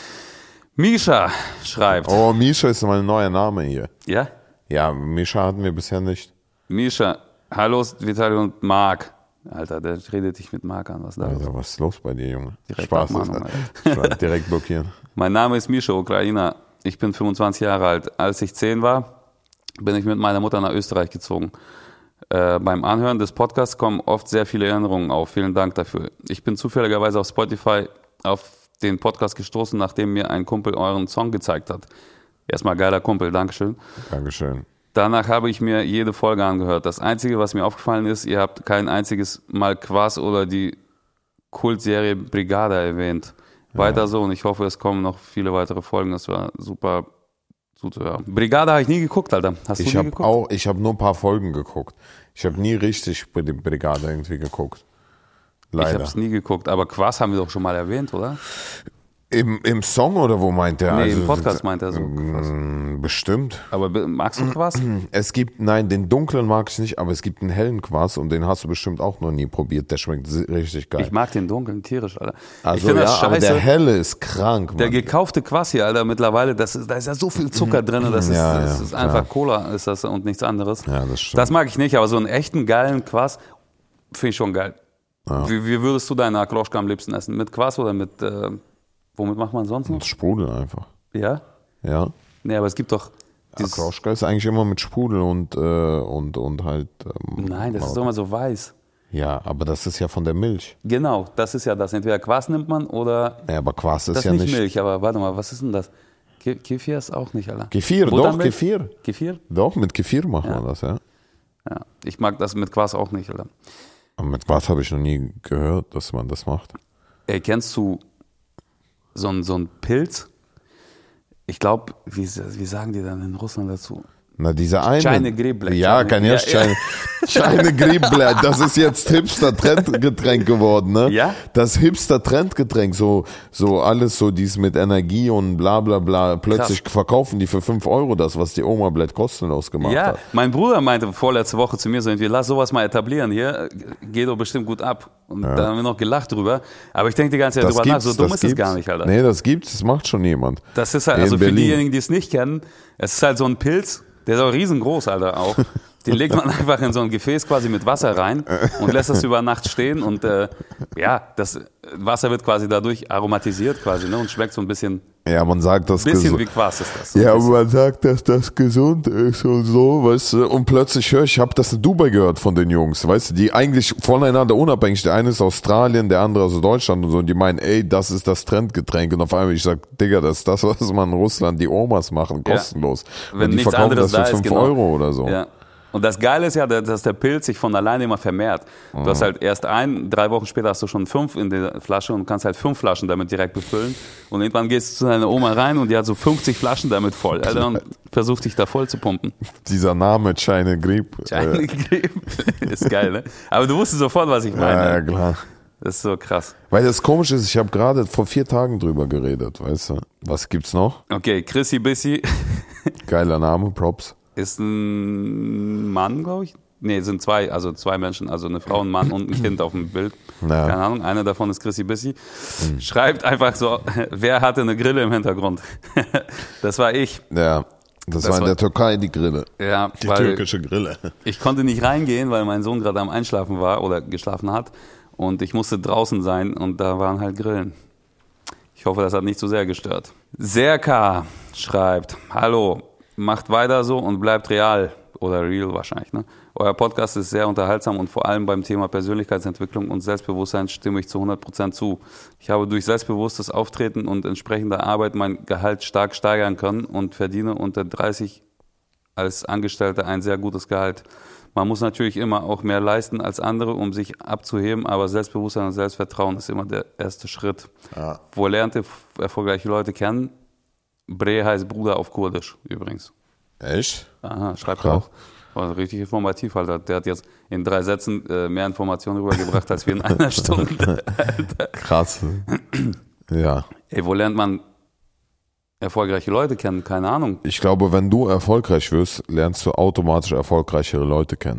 Misha schreibt. Oh, Misha ist mein neuer Name hier. Ja? Ja, Misha hatten wir bisher nicht. Misha, hallo Vitali und Marc. Alter, der redet dich mit Marc an. Was da Alter, was ist los bei dir, Junge? Direkt Spaß Abmahnung, ist direkt blockieren. Mein Name ist Misha, Ukrainer. Ich bin 25 Jahre alt. Als ich 10 war, bin ich mit meiner Mutter nach Österreich gezogen. Beim Anhören des Podcasts kommen oft sehr viele Erinnerungen auf. Vielen Dank dafür. Ich bin zufälligerweise auf Spotify auf den Podcast gestoßen, nachdem mir ein Kumpel euren Song gezeigt hat. Erstmal geiler Kumpel, Dankeschön. Dankeschön. Danach habe ich mir jede Folge angehört. Das Einzige, was mir aufgefallen ist, ihr habt kein einziges Mal Quas oder die Kultserie Brigada erwähnt. Weiter so und ich hoffe, es kommen noch viele weitere Folgen. Das war super zuzuhören. Brigada habe ich nie geguckt, Alter. Hast du nie geguckt? Ich habe nur ein paar Folgen geguckt. Ich habe nie richtig die Brigade irgendwie geguckt. Leider. Ich habe es nie geguckt, aber Quas haben wir doch schon mal erwähnt, oder? Im Song oder wo meint er? Nee, also, im Podcast meint er so. Bestimmt. Aber magst du Quas? Den dunklen mag ich nicht, aber es gibt einen hellen Quas und den hast du bestimmt auch noch nie probiert. Der schmeckt richtig geil. Ich mag den dunklen tierisch, Alter. Also ich finde das scheiße. Aber der helle ist krank, Mann. Der gekaufte Quas hier, Alter, mittlerweile, da ist ja so viel Zucker drin, das ist einfach Cola ist das und nichts anderes. Ja, das stimmt. Das mag ich nicht, aber so einen echten geilen Quas finde ich schon geil. Ja. Wie würdest du deine Akroschka am liebsten essen? Mit Quas oder mit, womit macht man sonst noch? Mit Sprudel einfach. Ja? Ja. Nee, aber es gibt doch Akroschka ist eigentlich immer mit Sprudel und halt... Nein, das ist doch immer so weiß. Ja, aber das ist ja von der Milch. Genau, das ist ja das. Entweder Quas nimmt man oder... Ja, aber Quas ist das ja nicht... nicht... Milch, aber warte mal, was ist denn das? Kefir ist auch nicht, Alter. Kefir, doch, Kefir. Kefir? Doch, mit Kefir machen wir das, ja. Ja, ich mag das mit Quas auch nicht, Alter. Mit was habe ich noch nie gehört, dass man das macht? Ey, kennst du so einen Pilz? Ich glaube, wie sagen die dann in Russland dazu? Na, dieser eine. China Grible. Ja, China Grible. Das ist jetzt Hipster-Trendgetränk geworden, ne? Ja? Das Hipster-Trendgetränk, so alles so dies mit Energie und bla bla bla. Plötzlich verkaufen die für 5 Euro das, was die Oma Blatt kostenlos gemacht hat. Ja, mein Bruder meinte vorletzte Woche zu mir so, lass sowas mal etablieren hier, geht doch bestimmt gut ab. Und da haben wir noch gelacht drüber. Aber ich denke die ganze Zeit drüber nach, so dumm ist es gar nicht, Alter. Nee, das gibt's, das macht schon jemand. Das ist halt, also für diejenigen, die es nicht kennen, es ist halt so ein Pilz, der ist auch riesengroß, Alter, auch. Den legt man einfach in so ein Gefäß quasi mit Wasser rein und lässt das über Nacht stehen und das Wasser wird quasi dadurch aromatisiert quasi, ne, und schmeckt so ein bisschen. Ja, man sagt das bisschen wie Quass ist das. So ja, aber man sagt, dass das gesund ist und so, weißt du, und plötzlich höre ich habe das in Dubai gehört von den Jungs, weißt du, die eigentlich voneinander unabhängig, der eine ist aus Australien, der andere aus Deutschland und so, und die meinen, ey, das ist das Trendgetränk, und auf einmal ich sag, Digga, das ist das, was man in Russland die Omas machen, kostenlos. Ja. Wenn die nichts verkaufen anderes das für da ist, 5 Euro oder so. Ja. Und das Geile ist ja, dass der Pilz sich von alleine immer vermehrt. Du hast halt erst 3 Wochen später hast du schon 5 in der Flasche und kannst halt 5 Flaschen damit direkt befüllen. Und irgendwann gehst du zu deiner Oma rein und die hat so 50 Flaschen damit voll. Alter, und versucht dich da voll zu pumpen. Dieser Name, China Grip. China Grip. Ist geil, ne? Aber du wusstest sofort, was ich meine. Ja, klar. Das ist so krass. Weil das komisch ist, ich habe gerade vor 4 Tagen drüber geredet, weißt du. Was gibt's noch? Okay, Chrissy Bissy. Geiler Name, Props. Ist ein Mann, glaube ich. Nee, sind 2 Menschen, also eine Frau, ein Mann und ein Kind auf dem Bild. Naja. Keine Ahnung, einer davon ist Chrissy Bissy. Schreibt einfach so, wer hatte eine Grille im Hintergrund? Das war ich. Ja, das war in der Türkei die Grille. Ja, die türkische Grille. Ich konnte nicht reingehen, weil mein Sohn gerade am Einschlafen war oder geschlafen hat. Und ich musste draußen sein und da waren halt Grillen. Ich hoffe, das hat nicht zu sehr gestört. Serka schreibt, hallo, macht weiter so und bleibt real. Oder real wahrscheinlich, ne? Euer Podcast ist sehr unterhaltsam und vor allem beim Thema Persönlichkeitsentwicklung und Selbstbewusstsein stimme ich zu 100% zu. Ich habe durch selbstbewusstes Auftreten und entsprechende Arbeit mein Gehalt stark steigern können und verdiene unter 30 als Angestellter ein sehr gutes Gehalt. Man muss natürlich immer auch mehr leisten als andere, um sich abzuheben, aber Selbstbewusstsein und Selbstvertrauen ist immer der erste Schritt. Ja. Wo lernt ihr erfolgreiche Leute kennen? Bre heißt Bruder auf Kurdisch übrigens. Echt? Aha, schreibt er auch. War richtig informativ, Alter. Der hat jetzt in 3 Sätzen mehr Informationen rübergebracht, als wir in einer Stunde. Alter. Krass. Ja. Ey, wo lernt man erfolgreiche Leute kennen? Keine Ahnung. Ich glaube, wenn du erfolgreich wirst, lernst du automatisch erfolgreichere Leute kennen.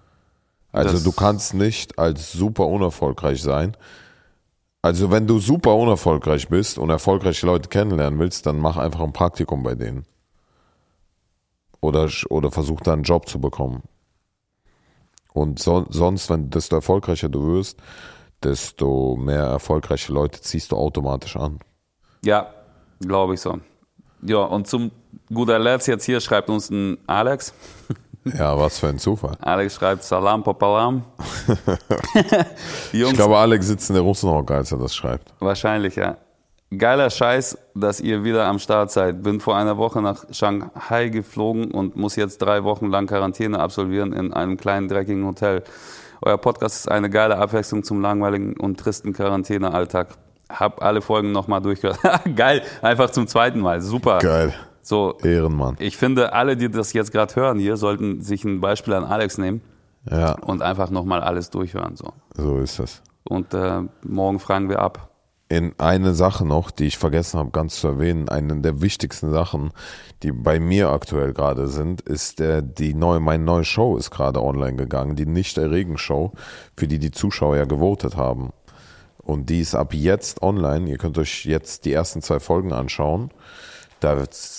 Also du kannst nicht als super unerfolgreich sein. Also wenn du super unerfolgreich bist und erfolgreiche Leute kennenlernen willst, dann mach einfach ein Praktikum bei denen. Oder versuch da einen Job zu bekommen. Und sonst, desto erfolgreicher du wirst, desto mehr erfolgreiche Leute ziehst du automatisch an. Ja, glaube ich so. Ja, und zum guter Letzt jetzt hier schreibt uns ein Alex. Ja, was für ein Zufall. Alex schreibt Salam Popalam. Ich glaube, Alex sitzt in der Russenhocke, als er das schreibt. Wahrscheinlich, ja. Geiler Scheiß, dass ihr wieder am Start seid. Bin vor einer Woche nach Shanghai geflogen und muss jetzt 3 Wochen lang Quarantäne absolvieren in einem kleinen, dreckigen Hotel. Euer Podcast ist eine geile Abwechslung zum langweiligen und tristen Quarantäne-Alltag. Hab alle Folgen nochmal durchgehört. Geil, einfach zum 2. Mal. Super. Geil. So, Ehrenmann. Ich finde, alle, die das jetzt gerade hören hier, sollten sich ein Beispiel an Alex nehmen. Ja. Und einfach nochmal alles durchhören. So ist das. Und morgen fragen wir ab. In eine Sache noch, die ich vergessen habe, ganz zu erwähnen, eine der wichtigsten Sachen, die bei mir aktuell gerade sind, ist meine neue Show ist gerade online gegangen, die Nicht-Erregen-Show, für die Zuschauer ja gewotet haben. Und die ist ab jetzt online. Ihr könnt euch jetzt die ersten 2 Folgen anschauen. Da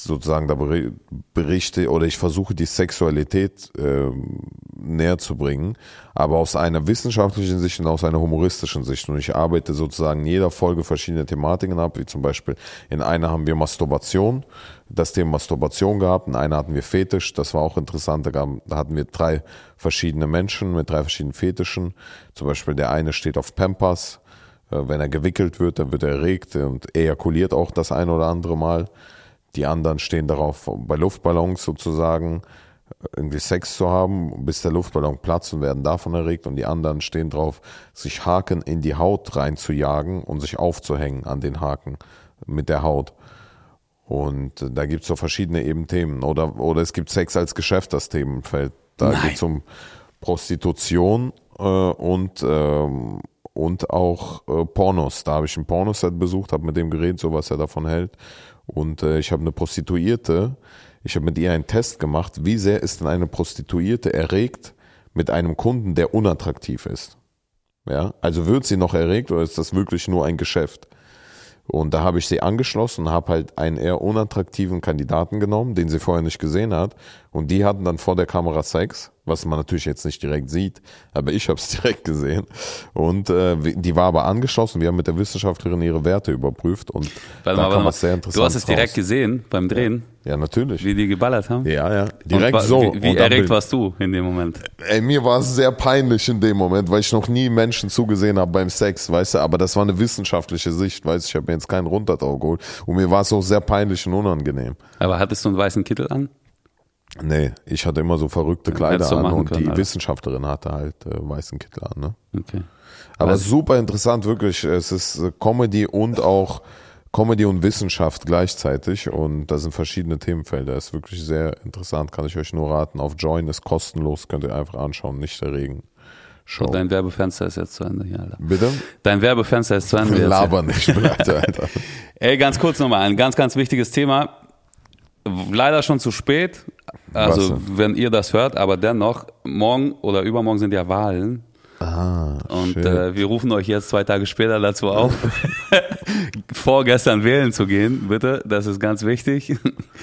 berichte oder ich versuche die Sexualität näher zu bringen, aber aus einer wissenschaftlichen Sicht und aus einer humoristischen Sicht. Und ich arbeite sozusagen in jeder Folge verschiedene Thematiken ab, wie zum Beispiel in einer haben wir Masturbation, das Thema Masturbation gehabt, in einer hatten wir Fetisch, das war auch interessant, da hatten wir 3 verschiedene Menschen mit 3 verschiedenen Fetischen. Zum Beispiel der eine steht auf Pampers, wenn er gewickelt wird, dann wird er erregt und ejakuliert auch das ein oder andere Mal. Die anderen stehen darauf bei Luftballons sozusagen. irgendwie Sex zu haben, bis der Luftballon platzt und werden davon erregt und die anderen stehen drauf, sich Haken in die Haut reinzujagen und sich aufzuhängen an den Haken mit der Haut. Und da gibt es so verschiedene eben Themen. Oder es gibt Sex als Geschäft, das Themenfeld. Da geht es um Prostitution und auch Pornos. Da habe ich ein Pornoset besucht, habe mit dem geredet, so was er davon hält. Und ich habe eine Prostituierte, ich habe mit ihr einen Test gemacht, wie sehr ist denn eine Prostituierte erregt mit einem Kunden, der unattraktiv ist. Ja, also wird sie noch erregt oder ist das wirklich nur ein Geschäft? Und da habe ich sie angeschlossen und habe halt einen eher unattraktiven Kandidaten genommen, den sie vorher nicht gesehen hat. Und die hatten dann vor der Kamera Sex, was man natürlich jetzt nicht direkt sieht, aber ich habe es direkt gesehen. Und die war aber angeschlossen. Wir haben mit der Wissenschaftlerin ihre Werte überprüft und da kam was sehr Interessantes. Du hast es direkt gesehen beim Drehen? Ja, natürlich. Wie die geballert haben? Ja. Direkt so. Wie erregt warst du in dem Moment? Ey, mir war es sehr peinlich in dem Moment, weil ich noch nie Menschen zugesehen habe beim Sex, weißt du, aber das war eine wissenschaftliche Sicht, weißt du, ich habe mir jetzt keinen Runtertau geholt und mir war es auch sehr peinlich und unangenehm. Aber hattest du einen weißen Kittel an? Nee, ich hatte immer so verrückte Kleider an und können, die Alter. Wissenschaftlerin hatte halt weißen Kittel an, ne? Okay. Aber super interessant, wirklich, es ist Comedy und Wissenschaft gleichzeitig und da sind verschiedene Themenfelder. Es ist wirklich sehr interessant, kann ich euch nur raten. Auf Join ist kostenlos, könnt ihr einfach anschauen, nicht erregen. Show. Dein Werbefenster ist jetzt zu Ende hier, Alter. Bitte? Dein Werbefenster ist zu Ende. Laber nicht, bitte, Alter. Ey, ganz kurz nochmal, ein ganz, ganz wichtiges Thema. Leider schon zu spät, also wenn ihr das hört, aber dennoch, morgen oder übermorgen sind ja Wahlen. Und wir rufen euch jetzt 2 Tage später dazu auf, vorgestern wählen zu gehen, bitte. Das ist ganz wichtig.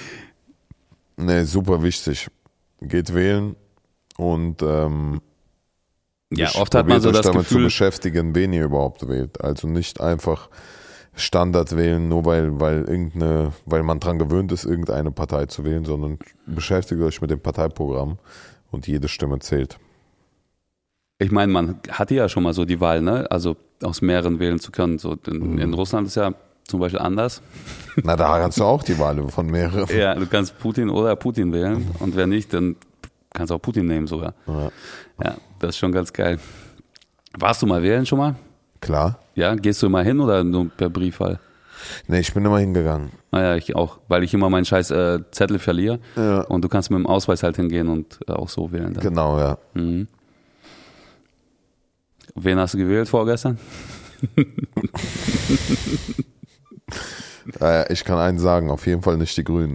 Nee, super wichtig. Geht wählen und ja, oft hat man so das damit Gefühl, zu beschäftigen, wen ihr überhaupt wählt. Also nicht einfach Standard wählen, nur weil man dran gewöhnt ist, irgendeine Partei zu wählen, sondern beschäftigt euch mit dem Parteiprogramm und jede Stimme zählt. ich meine, man hatte ja schon mal so die Wahl, ne? Also aus mehreren wählen zu können. So in Russland ist ja zum Beispiel anders. Na, da kannst du auch die Wahl von mehreren. Ja, du kannst Putin oder Putin wählen und wenn nicht, dann kannst du auch Putin nehmen sogar. Ja, das ist schon ganz geil. Warst du mal wählen schon mal? Klar. Ja, gehst du immer hin oder nur per Briefwahl? Nee, ich bin immer hingegangen. Naja, ich auch, weil ich immer meinen scheiß Zettel verliere und du kannst mit dem Ausweis halt hingehen und auch so wählen. Dann. Genau, ja. Mhm. Wen hast du gewählt vorgestern? Ich kann einen sagen, auf jeden Fall nicht die Grünen.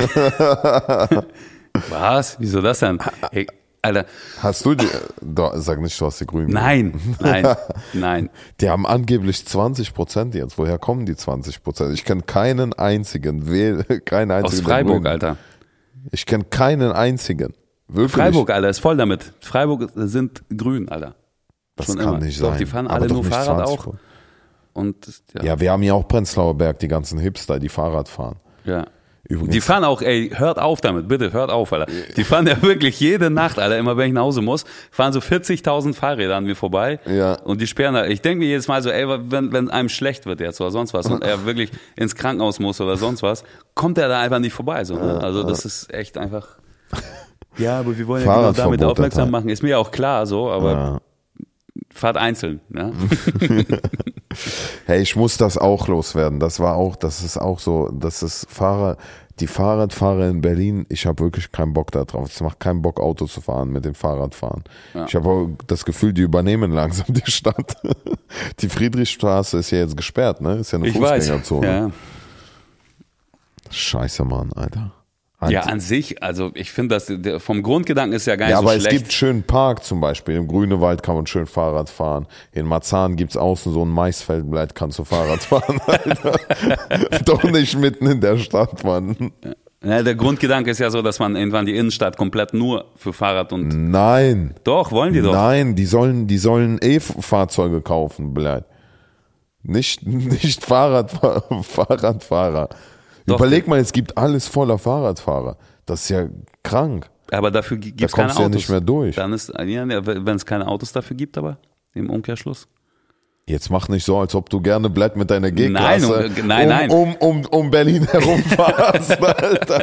Was? Wieso das denn? Hey, Alter. Hast du sag nicht, du hast die Grünen. Nein. Die haben angeblich 20% jetzt. Woher kommen die 20%? Ich kenne keinen einzigen. Keinen einzigen. Aus Freiburg, Alter. Ich kenne keinen einzigen. Wirklich. Freiburg, Alter, ist voll damit. Freiburg sind grün, Alter. Das schon kann immer. nicht Doch, sein. die fahren Aber alle doch nur nicht Fahrrad 20. auch. Und, Ja, wir haben ja auch Prenzlauer Berg, die ganzen Hipster, die Fahrrad fahren. Ja. Übrigens. Die fahren auch, ey, hört auf damit, bitte, hört auf, Alter. Die fahren ja wirklich jede Nacht, Alter, immer wenn ich nach Hause muss, fahren so 40.000 Fahrräder an mir vorbei. Ja. Und die sperren da. Ich denke mir jedes Mal so, ey, wenn einem schlecht wird jetzt oder sonst was und er wirklich ins Krankenhaus muss oder sonst was, kommt er da einfach nicht vorbei. So, ne? Also das ist echt einfach. Ja, aber wir wollen ja genau damit aufmerksam machen. Ist mir ja auch klar so, aber fahrt einzeln. Ja? Hey, ich muss das auch loswerden. Das ist auch so, die Fahrradfahrer in Berlin, ich habe wirklich keinen Bock da drauf. Es macht keinen Bock, Auto zu fahren, mit dem Fahrradfahren. Ja. Ich habe auch das Gefühl, die übernehmen langsam die Stadt. Die Friedrichstraße ist ja jetzt gesperrt, ne? Ist ja eine Fußgängerzone. Ja. Scheiße, Mann, Alter. Ja, an sich, also ich finde, vom Grundgedanken ist ja gar nicht so schlecht. Ja, aber es gibt schönen Park zum Beispiel. Im Grünewald kann man schön Fahrrad fahren. In Marzahn gibt's außen so ein Maisfeldblatt, kannst du Fahrrad fahren, Alter. Doch nicht mitten in der Stadt, Mann. Ja, der Grundgedanke ist ja so, dass man irgendwann die Innenstadt komplett nur für Fahrrad und... Nein. Doch, wollen die doch. Nein, die sollen E-Fahrzeuge kaufen, Blatt. Nicht Fahrradfahrer. Doch, überleg mal, es gibt alles voller Fahrradfahrer. Das ist ja krank. Aber dafür gibt es keine Autos. Ja nicht mehr durch. Dann ist, wenn es keine Autos dafür gibt, aber im Umkehrschluss. Jetzt mach nicht so, als ob du gerne Blatt mit deiner G-Klasse nein. Um Berlin herumfahrst, Alter.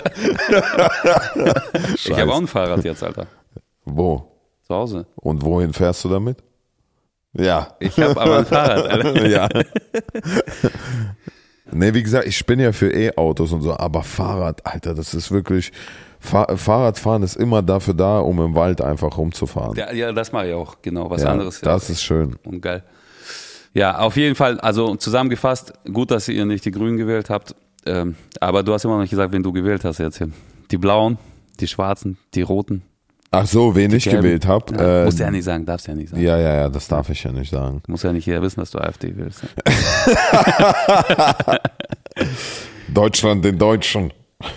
Ich habe auch ein Fahrrad jetzt, Alter. Wo? Zu Hause. Und wohin fährst du damit? Ja. Ich habe aber ein Fahrrad, Alter. Ja. Nee, wie gesagt, ich bin ja für E-Autos und so, aber Fahrrad, Alter, das ist wirklich... Fahrradfahren ist immer dafür da, um im Wald einfach rumzufahren. Ja, das mache ich auch, genau. Was ja, anderes. Das ist schön. Und geil. Ja, auf jeden Fall, also zusammengefasst, gut, dass ihr nicht die Grünen gewählt habt, aber du hast immer noch nicht gesagt, wen du gewählt hast jetzt hier. Die Blauen, die Schwarzen, die Roten. Ach so, wen ich gewählt habe. Ja, musst du ja nicht sagen, darfst ja nicht sagen. Ja, das darf ich ja nicht sagen. Muss ja nicht jeder wissen, dass du AfD willst. Deutschland den Deutschen.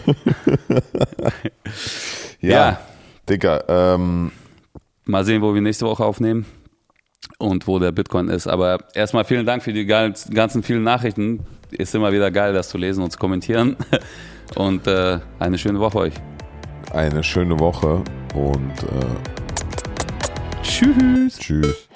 ja, Dicker. Mal sehen, wo wir nächste Woche aufnehmen und wo der Bitcoin ist. Aber erstmal vielen Dank für die ganzen vielen Nachrichten. Ist immer wieder geil, das zu lesen und zu kommentieren. Und eine schöne Woche euch. Eine schöne Woche und tschüss. Tschüss.